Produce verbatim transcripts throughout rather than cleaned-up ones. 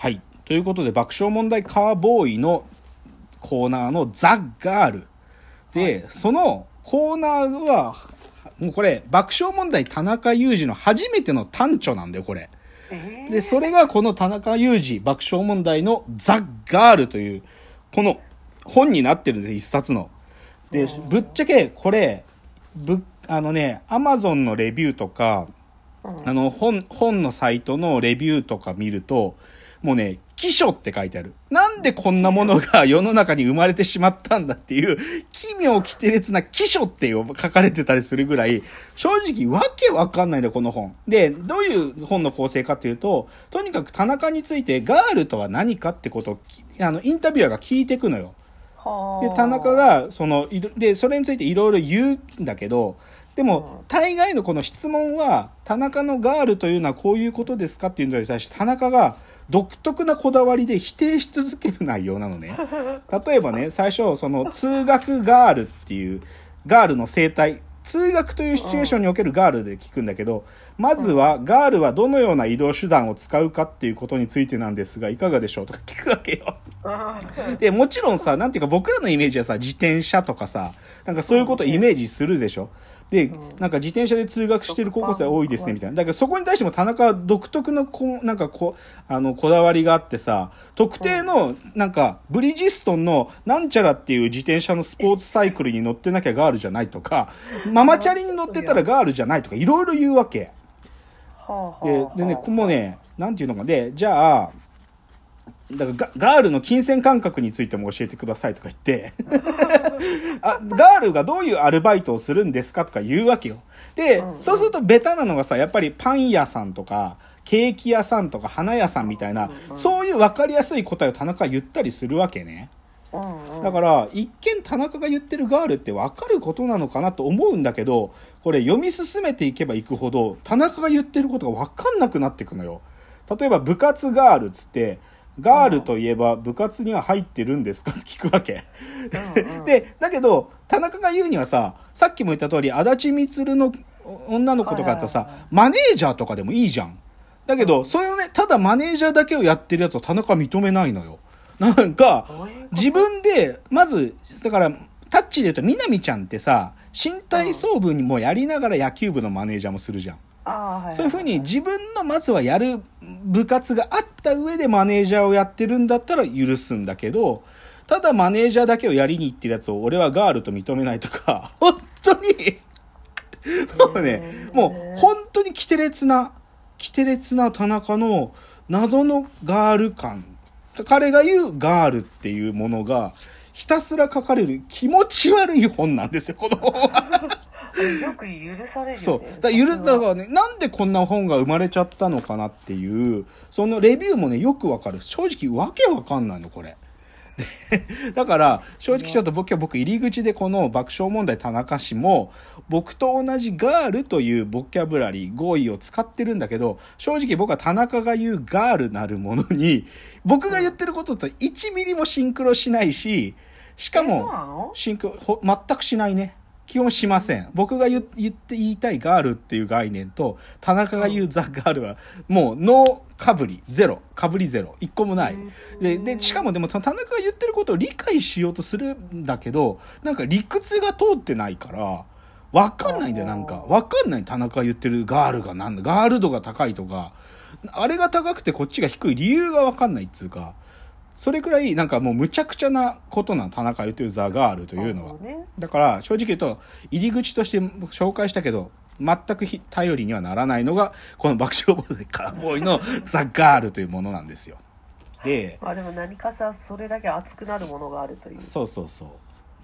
はい。ということで、爆笑問題カーボーイのコーナーのザ・ガール。で、はい、そのコーナーは、もうこれ、爆笑問題田中裕二の初めての短調なんだよ、これ。えー、で、それがこの田中裕二爆笑問題のザ・ガールという、この本になってるんです、一冊の。で、ぶっちゃけ、これ、ぶ、あのね、アマゾンのレビューとか、あの、本、本のサイトのレビューとか見ると、もうね、奇書って書いてある。なんでこんなものが世の中に生まれてしまったんだっていう、奇妙奇て烈な奇書って書かれてたりするぐらい、正直わけわかんないんだよ、この本。で、どういう本の構成かっていうと、とにかく田中についてガールとは何かってことを、あの、インタビュアーが聞いていくのよ。で、田中が、その、で、それについていろいろ言うんだけど、でも、大概のこの質問は、田中のガールというのはこういうことですかっていうのに対して、田中が独特なこだわりで否定し続ける内容なのね。例えばね、最初、その、通学ガールっていう、ガールの生態、通学というシチュエーションにおけるガールで聞くんだけど、まずは、ガールはどのような移動手段を使うかっていうことについてなんですが、いかがでしょうとか聞くわけよ。で、もちろんさ、なんていうか僕らのイメージはさ、自転車とかさ、なんかそういうことをイメージするでしょ。で、なんか自転車で通学してる高校生多いですねみたいな。だけどそこに対しても田中は独特のこなんかこあのこだわりがあってさ、特定のなんかブリヂストンのなんちゃらっていう自転車のスポーツサイクルに乗ってなきゃガールじゃないとか、ママチャリに乗ってたらガールじゃないとかいろいろ言うわけ。で、でね、もうね、なんていうのかで、じゃあ。だからガールの金銭感覚についても教えてくださいとか言ってあ、ガールがどういうアルバイトをするんですかとか言うわけよ。で、うんうん、そうするとベタなのがさ、やっぱりパン屋さんとかケーキ屋さんとか花屋さんみたいな、うんうん、そういう分かりやすい答えを田中が言ったりするわけね。うんうん、だから一見田中が言ってるガールって分かることなのかなと思うんだけど、これ読み進めていけばいくほど田中が言ってることが分かんなくなっていくのよ。例えば部活ガールっつってガールといえば部活には入ってるんですかって聞くわけ、うんうん、でだけど田中が言うにはさ、さっきも言った通り足立みつるの女の子とかだったらさ、はいはいはい、マネージャーとかでもいいじゃん。だけど、うん、それをね、ただマネージャーだけをやってるやつを田中は認めないのよ。なんか自分でまずだからタッチで言うとみなみちゃんってさ、新体操部にもやりながら野球部のマネージャーもするじゃん。あ、はいはいはい、そういう風に自分のまずはやる部活があった上でマネージャーをやってるんだったら許すんだけど、ただマネージャーだけをやりに行ってるやつを俺はガールと認めないとか、本当にもうね、もう本当にキテレツなキテレツな田中の謎のガール感、彼が言うガールっていうものがひたすら書かれる気持ち悪い本なんですよ、この本は。 よく許されるよね。 そう。だから許だからね、なんでこんな本が生まれちゃったのかなっていう、そのレビューもね、よくわかる。正直わけわかんないの、これ。でだから、正直ちょっと僕は僕入り口でこの爆笑問題田中氏も、僕と同じガールというボキャブラリー、語彙を使ってるんだけど、正直僕は田中が言うガールなるものに、僕が言ってることといちミリもシンクロしないし、しかも、シンクロ、全くしないね。基本しません。僕が 言, 言って言いたいガールっていう概念と田中が言うザ・ガールはもうノーかぶりゼロ、かぶりゼロ、一個もない。で、でしかもでも田中が言ってることを理解しようとするんだけど、なんか理屈が通ってないからわかんないんだよ。なんかわかんない。田中が言ってるガールがなんだ、ガール度が高いとか、あれが高くてこっちが低い理由がわかんないっつうか。それくらいなんかもうむちゃくちゃなことなの、田中が言ってるザ・ガールというのは。だから正直言うと入り口として紹介したけど全く頼りにはならないのがこの爆笑問題カーボーイのザ・ガールというものなんですよ。で、 まあでも何かしらそれだけ熱くなるものがあるという。 そうそうそう。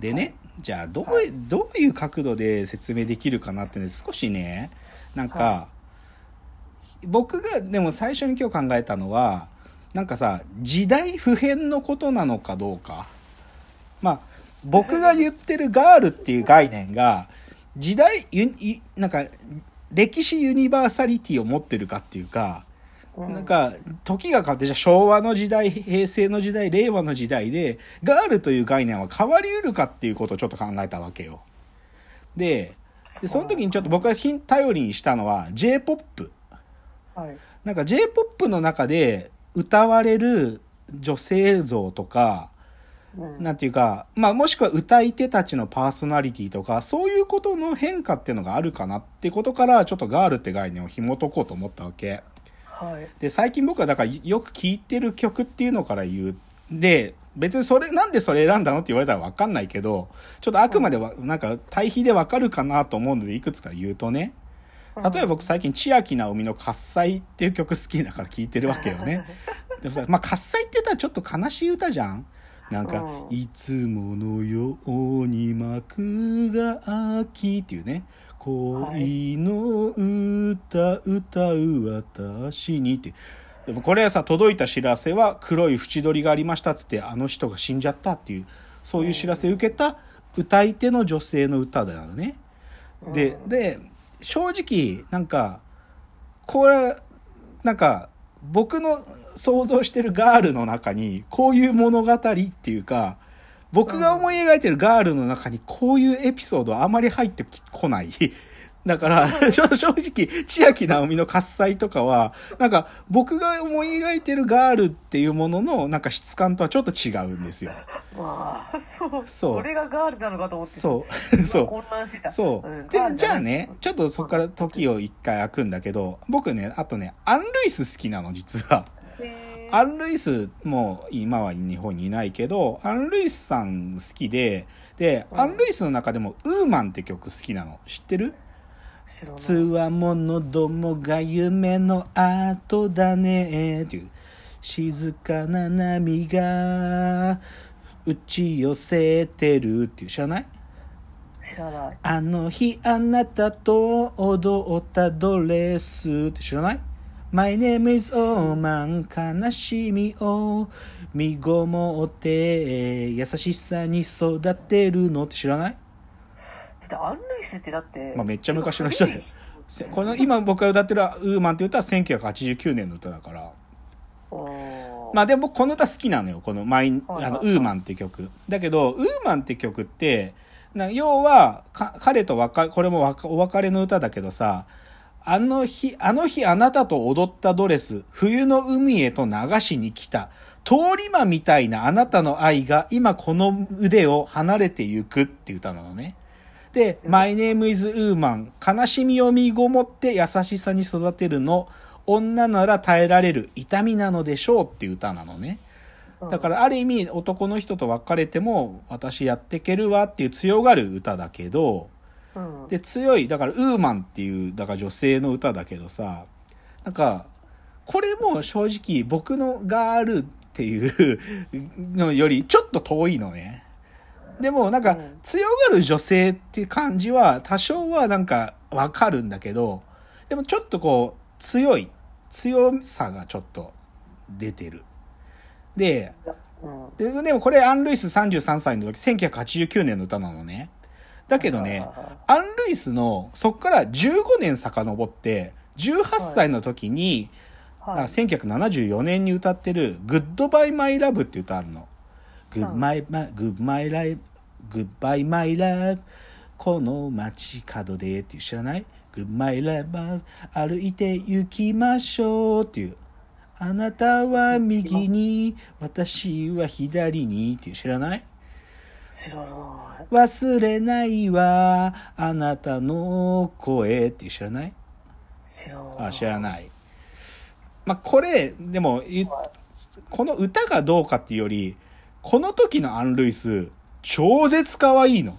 でね、はい、じゃあどう、はい、どういう角度で説明できるかなってね、少しね、なんか、はい、僕がでも最初に今日考えたのは、なんかさ、時代普遍のことなのかどうか。まあ僕が言ってるガールっていう概念が時代なんか歴史ユニバーサリティを持ってるかっていうか、なんか時が変わってじゃあ昭和の時代、平成の時代、令和の時代でガールという概念は変わりうるかっていうことをちょっと考えたわけよ。で、でその時にちょっと僕が頼りにしたのは J-ポップ。はい、なんか J-ポップ の中で歌われる女性像とか、 うん、 なんていうか、まあもしくは歌い手たちのパーソナリティとか、そういうことの変化っていうのがあるかなってことから、ちょっとガールって概念を紐解こうと思ったわけ。 はい。 で、最近僕はだからよく聴いてる曲っていうのから言う。で、別にそれ、なんでそれ選んだのって言われたらわかんないけど、ちょっとあくまでは、なんか対比でわかるかなと思うので、いくつか言うとね、例えば僕最近千秋直美の喝采っていう曲好きだから聴いてるわけよね。でもさ、まあ喝采って言ったらちょっと悲しい歌じゃん。なんか、うん、いつものように幕が開きっていうね、恋の歌歌う私にって。でもこれはさ、届いた知らせは黒い縁取りがありましたっつって、あの人が死んじゃったっていう、そういう知らせを受けた歌い手の女性の歌だよね。で、で、正直、なんか、これ、なんか、僕の想像してるガールの中にこういう物語っていうか、僕が思い描いてるガールの中にこういうエピソードはあまり入ってこない。だから正直千秋直美の喝采とかはなんか僕が思い描いてるガールっていうもののなんか質感とはちょっと違うんですよ。 まあ、そうそう、 それがガールなのかと思って、 そうそう混乱してた。そう、うん、でじゃあね、ちょっとそこから時を一回空くんだけど、僕ね、あとね、アン・ルイス好きなの実は。アン・ルイスも今は日本にいないけど、アン・ルイスさん好きで、で、うん、アン・ルイスの中でもウーマンって曲好きなの知ってる？つわものどもが夢の後だねっていう、静かな波が打ち寄せてるっていう、知らない？ 知らない。 あの日あなたと踊ったドレスって知らない？ My name is Oman 悲しみを身ごもって優しさに育てるのって知らない？ アン・ルイスってだって、 まあ、めっちゃ昔の人で、この今僕が歌ってるウーマンって歌はせんきゅうひゃくはちじゅうきゅうねんの歌だから、まあでも僕この歌好きなのよ、このマイあのウーマンって曲だけど、ウーマンって曲ってな、要は彼と別れ、これもお別れの歌だけどさ、あの日あの日あなたと踊ったドレス冬の海へと流しに来た通り魔みたいなあなたの愛が今この腕を離れてゆくっていう歌なのね。で、My name is Woman 悲しみを身ごもって優しさに育てるの、女なら耐えられる痛みなのでしょうっていう歌なのね。だからある意味男の人と別れても私やっていけるわっていう強がる歌だけど、で強い、だからウーマンっていうだから女性の歌だけどさ、なんかこれも正直僕のガールっていうのよりちょっと遠いのね。でもなんか強がる女性っていう感じは多少はなんかわかるんだけど、でもちょっとこう強い強さがちょっと出てる。で、で, でもこれアン・ルイスさんじゅうさんさいの時せんきゅうひゃくはちじゅうきゅうねんの歌なのね。だけどね、アン・ルイスのそっからじゅうごねん遡ってじゅうはっさいの時に、はい、せんきゅうひゃくななじゅうよねんに歌ってるグッドバイマイラブって歌あるの。グッバイマイグッバイライグッバイマイラブこの街角でっていう、知らない？グッバイラブ歩いて行きましょうっていう、あなたは右に私は左にっていう、知らない？ 知らない。 忘れないわあなたの声っていう、知らない？ 知らない。 あ、知らない。まあこれでもこの歌がどうかっていうより、この時のアン・ルイス超絶可愛いの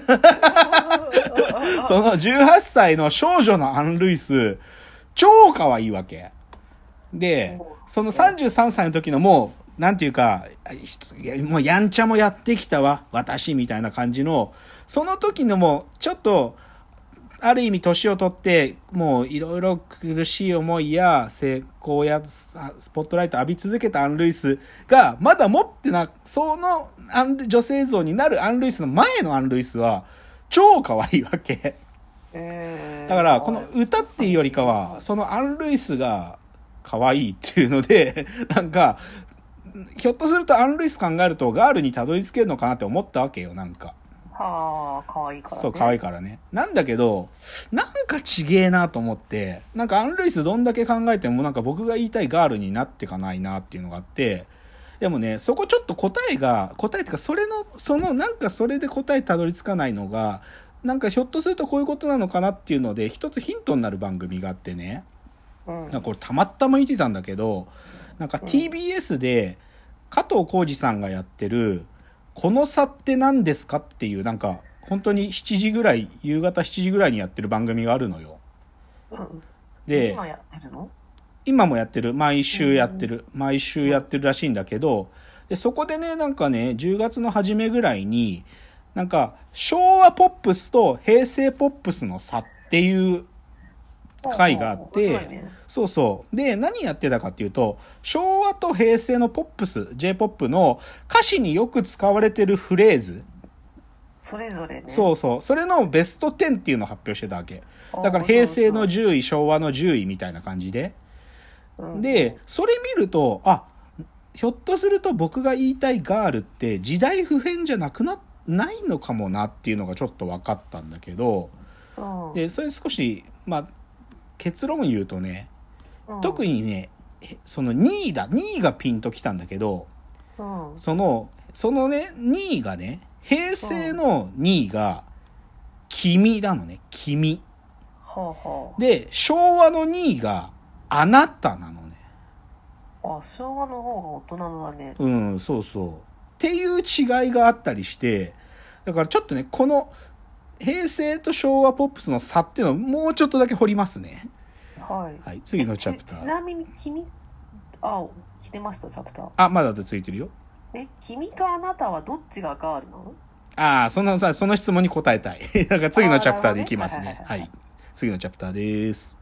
そのじゅうはっさいの少女のアン・ルイス超可愛いわけで、そのさんじゅうさんさいの時のもうなんていうか、もうやんちゃもやってきたわ私みたいな感じの、その時のもちょっとある意味年を取ってもういろいろ苦しい思いや成功やスポットライト浴び続けたアン・ルイスがまだ持ってな、そのアン女性像になるアン・ルイスの前のアン・ルイスは超可愛いわけ、えー、だからこの歌っていうよりかはそのアン・ルイスが可愛いっていうので、なんかひょっとするとアン・ルイス考えるとガールにたどり着けるのかなって思ったわけよ。なんかはあ、かわいいからね。 そう、可愛いからね。なんだけど、なんかちげえなと思って、なんかアン・ルイスどんだけ考えてもなんか僕が言いたいガールになってかないなっていうのがあって、でもね、そこちょっと答えが、答えっていうか、それの、その、なんかそれで答えたどり着かないのが、なんかひょっとするとこういうことなのかなっていうので、一つヒントになる番組があってね、 うん、 なんかこれたまたま見てたんだけど、なんか ティービーエス で加藤浩次さんがやってる、この差って何ですかっていう、なんか本当にしちじぐらい、夕方しちじぐらいにやってる番組があるのよ。 うん、 で、 今やってるの？ 今もやってる、毎週やってる、毎週やってるらしいんだけど、でそこでね、なんかね、じゅうがつの初めぐらいに、なんか昭和ポップスと平成ポップスの差っていう回があって、 ね、 そうそうで何やってたかっていうと、昭和と平成のポップス J-ポップ の歌詞によく使われてるフレーズ、 それぞれね、 そうそうそれのベストじゅうっていうのを発表してたわけ。だから平成のじゅうい、昭和のじゅういみたいな感じで、うん、でそれ見ると、あ、ひょっとすると僕が言いたいガールって時代不変じゃなくなないのかもなっていうのがちょっと分かったんだけど、うん、でそれ少しまあ結論言うとね、うん、特にねそのにいだにいがピンときたんだけど、うん、そのそのねにいがね、平成のにいが君なのね、君、うん、で昭和のにいがあなたなのね。 あ、昭和の方が大人のだね。 うん、そうそうっていう違いがあったりして、だからちょっとねこの平成と昭和ポップスの差っていうのをもうちょっとだけ掘りますね。 はい。 はい、次のチャプター。 ち, ちなみに君、あ、来てましたチャプター。 あ、まだついてるよ。 え、君とあなたはどっちがガールなの？ ああ、そのさその質問に答えたい。だから次のチャプターでいきますね。はい、次のチャプターです。